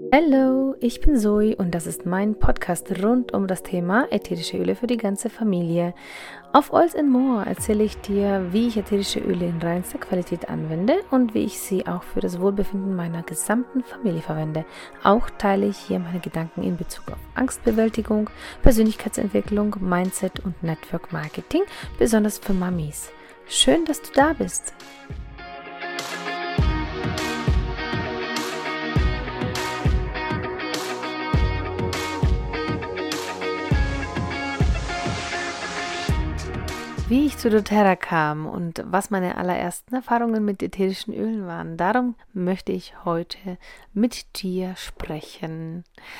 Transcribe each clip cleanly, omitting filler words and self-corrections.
Hallo, ich bin Zoe und das ist mein Podcast rund um das Thema ätherische Öle für die ganze Familie. Auf Oils and More erzähle ich dir, wie ich ätherische Öle in reinster Qualität anwende und wie ich sie auch für das Wohlbefinden meiner gesamten Familie verwende. Auch teile ich hier meine Gedanken in Bezug auf Angstbewältigung, Persönlichkeitsentwicklung, Mindset und Network Marketing, besonders für Mamis. Schön, dass du da bist. Wie ich zu doTERRA kam und was meine allerersten Erfahrungen mit ätherischen Ölen waren, darum möchte ich heute mit dir sprechen.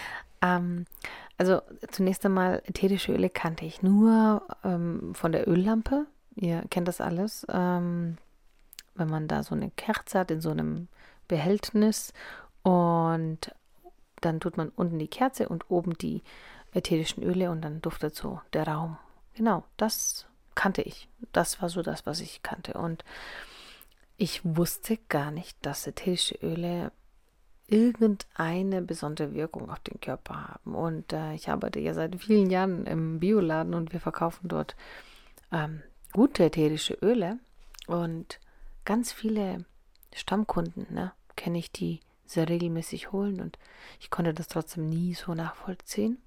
Also zunächst einmal, ätherische Öle kannte ich nur von der Öllampe. Ihr kennt das alles. Wenn man da so eine Kerze hat in so einem Behältnis und dann tut man unten die Kerze und oben die ätherischen Öle und dann duftet so der Raum. Genau, das kannte ich. Das war so das, was ich kannte. Und ich wusste gar nicht, dass ätherische Öle irgendeine besondere Wirkung auf den Körper haben. Und ich arbeite ja seit vielen Jahren im Bioladen und wir verkaufen dort gute ätherische Öle. Und ganz viele Stammkunden, kenne ich, die sehr regelmäßig holen. Und ich konnte das trotzdem nie so nachvollziehen.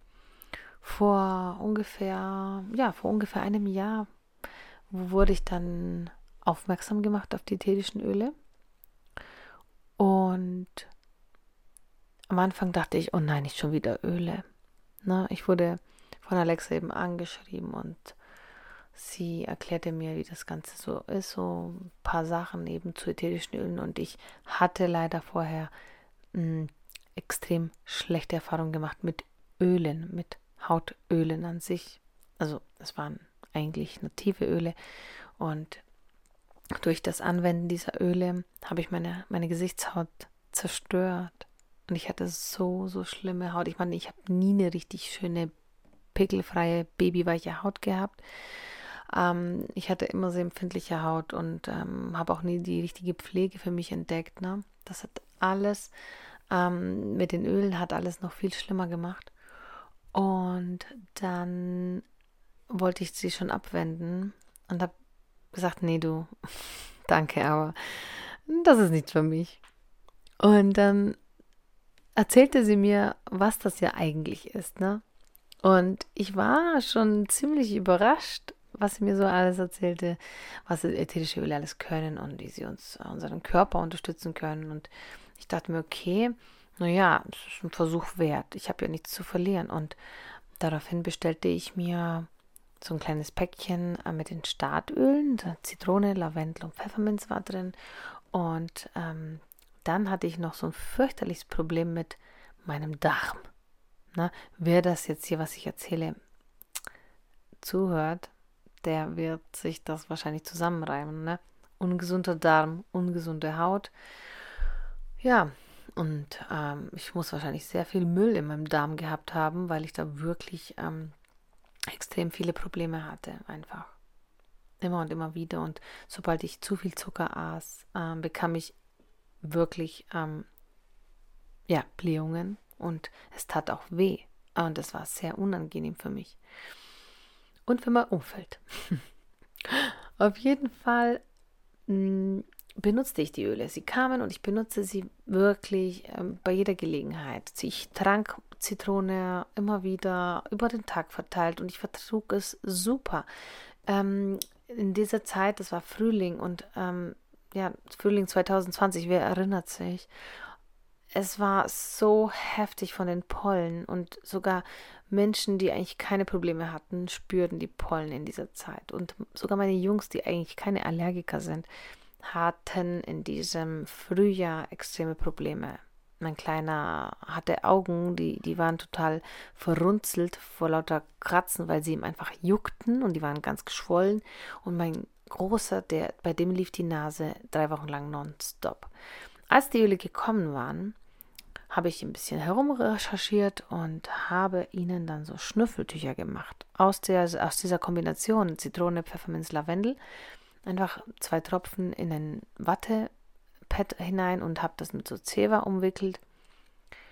Vor ungefähr einem Jahr wurde ich dann aufmerksam gemacht auf die ätherischen Öle. Und am Anfang dachte ich, oh nein, nicht schon wieder Öle. Ich wurde von Alexa eben angeschrieben und sie erklärte mir, wie das Ganze so ist, so ein paar Sachen eben zu ätherischen Ölen. Und ich hatte leider vorher extrem schlechte Erfahrungen gemacht mit Ölen, mit Hautölen an sich. Also es waren eigentlich native Öle und durch das Anwenden dieser Öle habe ich meine Gesichtshaut zerstört. Und ich hatte so schlimme Haut. Ich meine, ich habe nie eine richtig schöne, pickelfreie, babyweiche Haut gehabt. Ich hatte immer sehr empfindliche Haut und habe auch nie die richtige Pflege für mich entdeckt. Das hat alles, mit den Ölen hat alles noch viel schlimmer gemacht. Und dann wollte ich sie schon abwenden und habe gesagt, nee, du, danke, aber das ist nichts für mich. Und dann erzählte sie mir, was das ja eigentlich ist, ne? Und ich war schon ziemlich überrascht, was sie mir so alles erzählte, was ätherische Öle alles können und wie sie unseren Körper unterstützen können. Und ich dachte mir, okay, naja, es ist ein Versuch wert. Ich habe ja nichts zu verlieren. Und daraufhin bestellte ich mir so ein kleines Päckchen mit den Startölen. Zitrone, Lavendel und Pfefferminz war drin. Und dann hatte ich noch so ein fürchterliches Problem mit meinem Darm. Wer das jetzt hier, was ich erzähle, zuhört, der wird sich das wahrscheinlich zusammenreimen. Ungesunder Darm, ungesunde Haut. Ja, und ich muss wahrscheinlich sehr viel Müll in meinem Darm gehabt haben, weil ich da wirklich extrem viele Probleme hatte, einfach. Immer und immer wieder. Und sobald ich zu viel Zucker aß, bekam ich wirklich Blähungen und es tat auch weh. Und es war sehr unangenehm für mich. Und für mein Umfeld. Auf jeden Fall benutzte ich die Öle. Sie kamen und ich benutze sie wirklich bei jeder Gelegenheit. Ich trank Zitrone immer wieder über den Tag verteilt und ich vertrug es super. In dieser Zeit, das war Frühling und Frühling 2020, wer erinnert sich? Es war so heftig von den Pollen und sogar Menschen, die eigentlich keine Probleme hatten, spürten die Pollen in dieser Zeit. Und sogar meine Jungs, die eigentlich keine Allergiker sind, hatten in diesem Frühjahr extreme Probleme. Mein Kleiner hatte Augen, die waren total verrunzelt vor lauter Kratzen, weil sie ihm einfach juckten und die waren ganz geschwollen. Und mein Großer, bei dem lief die Nase 3 Wochen lang nonstop. Als die Öle gekommen waren, habe ich ein bisschen herumrecherchiert und habe ihnen dann so Schnüffeltücher gemacht. Aus dieser Kombination Zitrone, Pfefferminz, Lavendel. Einfach 2 Tropfen in ein Wattepad hinein und habe das mit so Zewa umwickelt.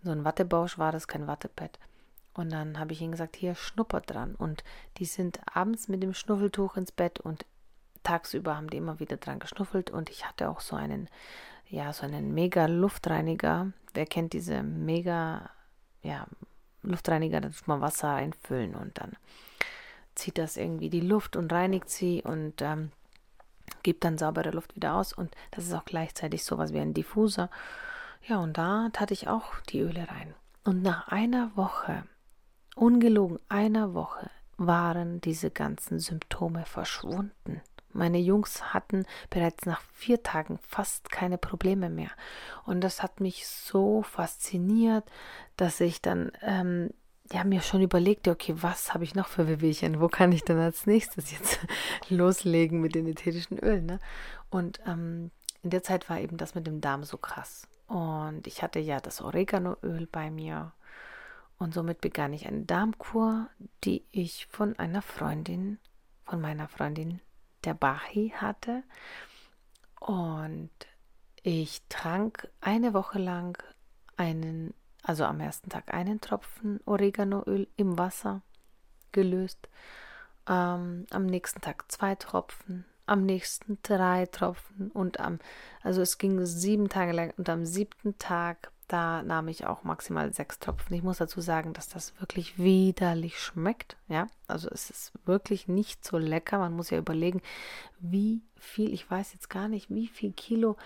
So ein Wattebausch war das, kein Wattepad. Und dann habe ich ihnen gesagt, hier, schnuppert dran. Und die sind abends mit dem Schnuffeltuch ins Bett und tagsüber haben die immer wieder dran geschnuffelt. Und ich hatte auch so einen mega Luftreiniger. Wer kennt diese mega, Luftreiniger, da tut man Wasser einfüllen und dann zieht das irgendwie die Luft und reinigt sie und gibt dann saubere Luft wieder aus. Und das ist auch gleichzeitig sowas wie ein Diffuser. Ja, und da tate ich auch die Öle rein. Und nach einer Woche, ungelogen einer Woche, waren diese ganzen Symptome verschwunden. Meine Jungs hatten bereits nach 4 Tagen fast keine Probleme mehr. Und das hat mich so fasziniert, dass ich dann mir schon überlegte, okay, was habe ich noch für Wehwehchen? Wo kann ich denn als nächstes jetzt loslegen mit den ätherischen Ölen? Ne? Und in der Zeit war eben das mit dem Darm so krass. Und ich hatte ja das Oreganoöl bei mir. Und somit begann ich eine Darmkur, die ich von meiner Freundin, der Bahi, hatte. Und ich trank eine Woche lang am ersten Tag einen Tropfen Oreganoöl im Wasser gelöst, am nächsten Tag 2 Tropfen, am nächsten 3 Tropfen also es ging 7 Tage lang und am 7. Tag, da nahm ich auch maximal 6 Tropfen. Ich muss dazu sagen, dass das wirklich widerlich schmeckt, ja, also es ist wirklich nicht so lecker. Man muss ja überlegen, ich weiß jetzt gar nicht, wie viel Kilo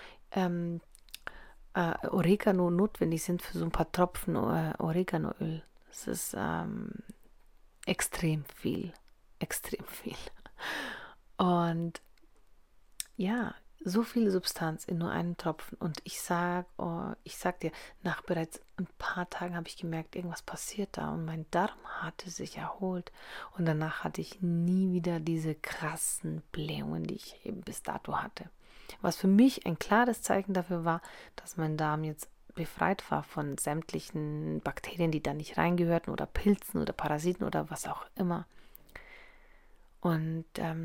Oregano notwendig sind für so ein paar Tropfen Oreganoöl. Das ist extrem viel. Und ja, so viel Substanz in nur einem Tropfen. Und ich sag dir, nach bereits ein paar Tagen habe ich gemerkt, irgendwas passiert da und mein Darm hatte sich erholt. Und danach hatte ich nie wieder diese krassen Blähungen, die ich eben bis dato hatte. Was für mich ein klares Zeichen dafür war, dass mein Darm jetzt befreit war von sämtlichen Bakterien, die da nicht reingehörten oder Pilzen oder Parasiten oder was auch immer. Und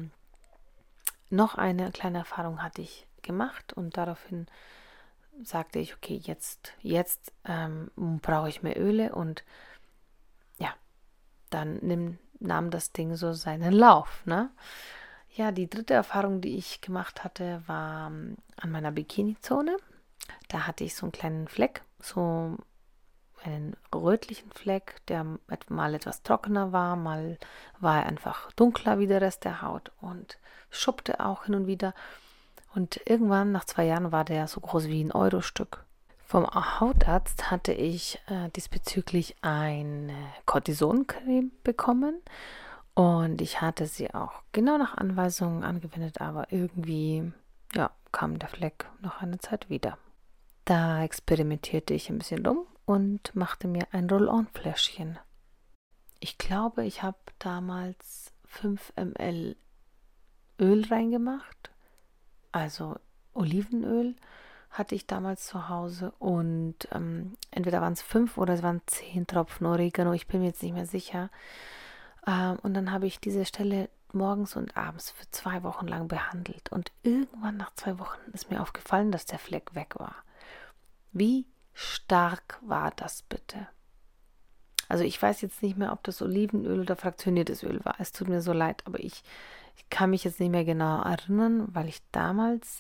noch eine kleine Erfahrung hatte ich gemacht und daraufhin sagte ich, okay, jetzt brauche ich mehr Öle und ja, dann nahm das Ding so seinen Lauf, ne? Ja, die 3. Erfahrung, die ich gemacht hatte, war an meiner Bikini-Zone. Da hatte ich so einen kleinen Fleck, so einen rötlichen Fleck, der mal etwas trockener war, mal war er einfach dunkler wie der Rest der Haut und schuppte auch hin und wieder. Und irgendwann, nach 2 Jahren, war der so groß wie ein Euro-Stück. Vom Hautarzt hatte ich diesbezüglich eine Cortisoncreme bekommen. Und ich hatte sie auch genau nach Anweisungen angewendet, aber irgendwie, ja, kam der Fleck nach einer Zeit wieder. Da experimentierte ich ein bisschen rum und machte mir ein Roll-on-Fläschchen. Ich glaube, ich habe damals 5 ml Öl reingemacht, also Olivenöl hatte ich damals zu Hause und entweder waren es 5 oder es waren 10 Tropfen Oregano, ich bin mir jetzt nicht mehr sicher. Und dann habe ich diese Stelle morgens und abends für 2 Wochen lang behandelt. Und irgendwann nach 2 Wochen ist mir aufgefallen, dass der Fleck weg war. Wie stark war das bitte? Also ich weiß jetzt nicht mehr, ob das Olivenöl oder fraktioniertes Öl war. Es tut mir so leid, aber ich kann mich jetzt nicht mehr genau erinnern, weil ich damals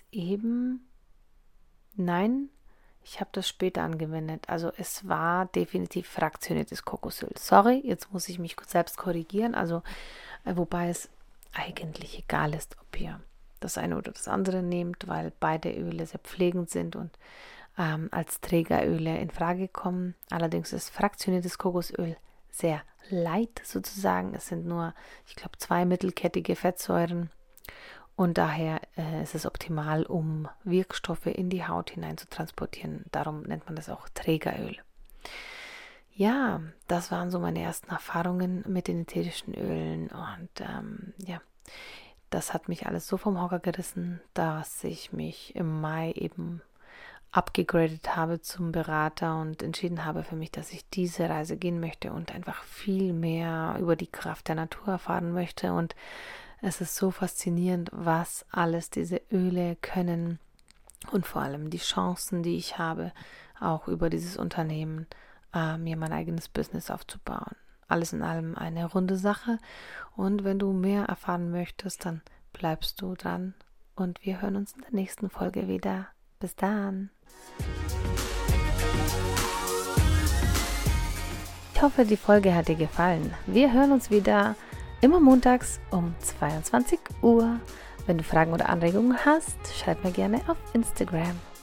nein, ich habe das später angewendet. Also es war definitiv fraktioniertes Kokosöl. Sorry, jetzt muss ich mich selbst korrigieren. Also wobei es eigentlich egal ist, ob ihr das eine oder das andere nehmt, weil beide Öle sehr pflegend sind und als Trägeröle in Frage kommen. Allerdings ist fraktioniertes Kokosöl sehr light sozusagen. Es sind nur, ich glaube, 2 mittelkettige Fettsäuren. Und daher ist es optimal, um Wirkstoffe in die Haut hinein zu transportieren. Darum nennt man das auch Trägeröl. Ja, das waren so meine ersten Erfahrungen mit den ätherischen Ölen. Und das hat mich alles so vom Hocker gerissen, dass ich mich im Mai eben abgegradet habe zum Berater und entschieden habe für mich, dass ich diese Reise gehen möchte und einfach viel mehr über die Kraft der Natur erfahren möchte. Und es ist so faszinierend, was alles diese Öle können und vor allem die Chancen, die ich habe, auch über dieses Unternehmen mir mein eigenes Business aufzubauen. Alles in allem eine runde Sache. Und wenn du mehr erfahren möchtest, dann bleibst du dran. Und wir hören uns in der nächsten Folge wieder. Bis dann. Ich hoffe, die Folge hat dir gefallen. Wir hören uns wieder immer montags um 22 Uhr. Wenn du Fragen oder Anregungen hast, schreib mir gerne auf Instagram.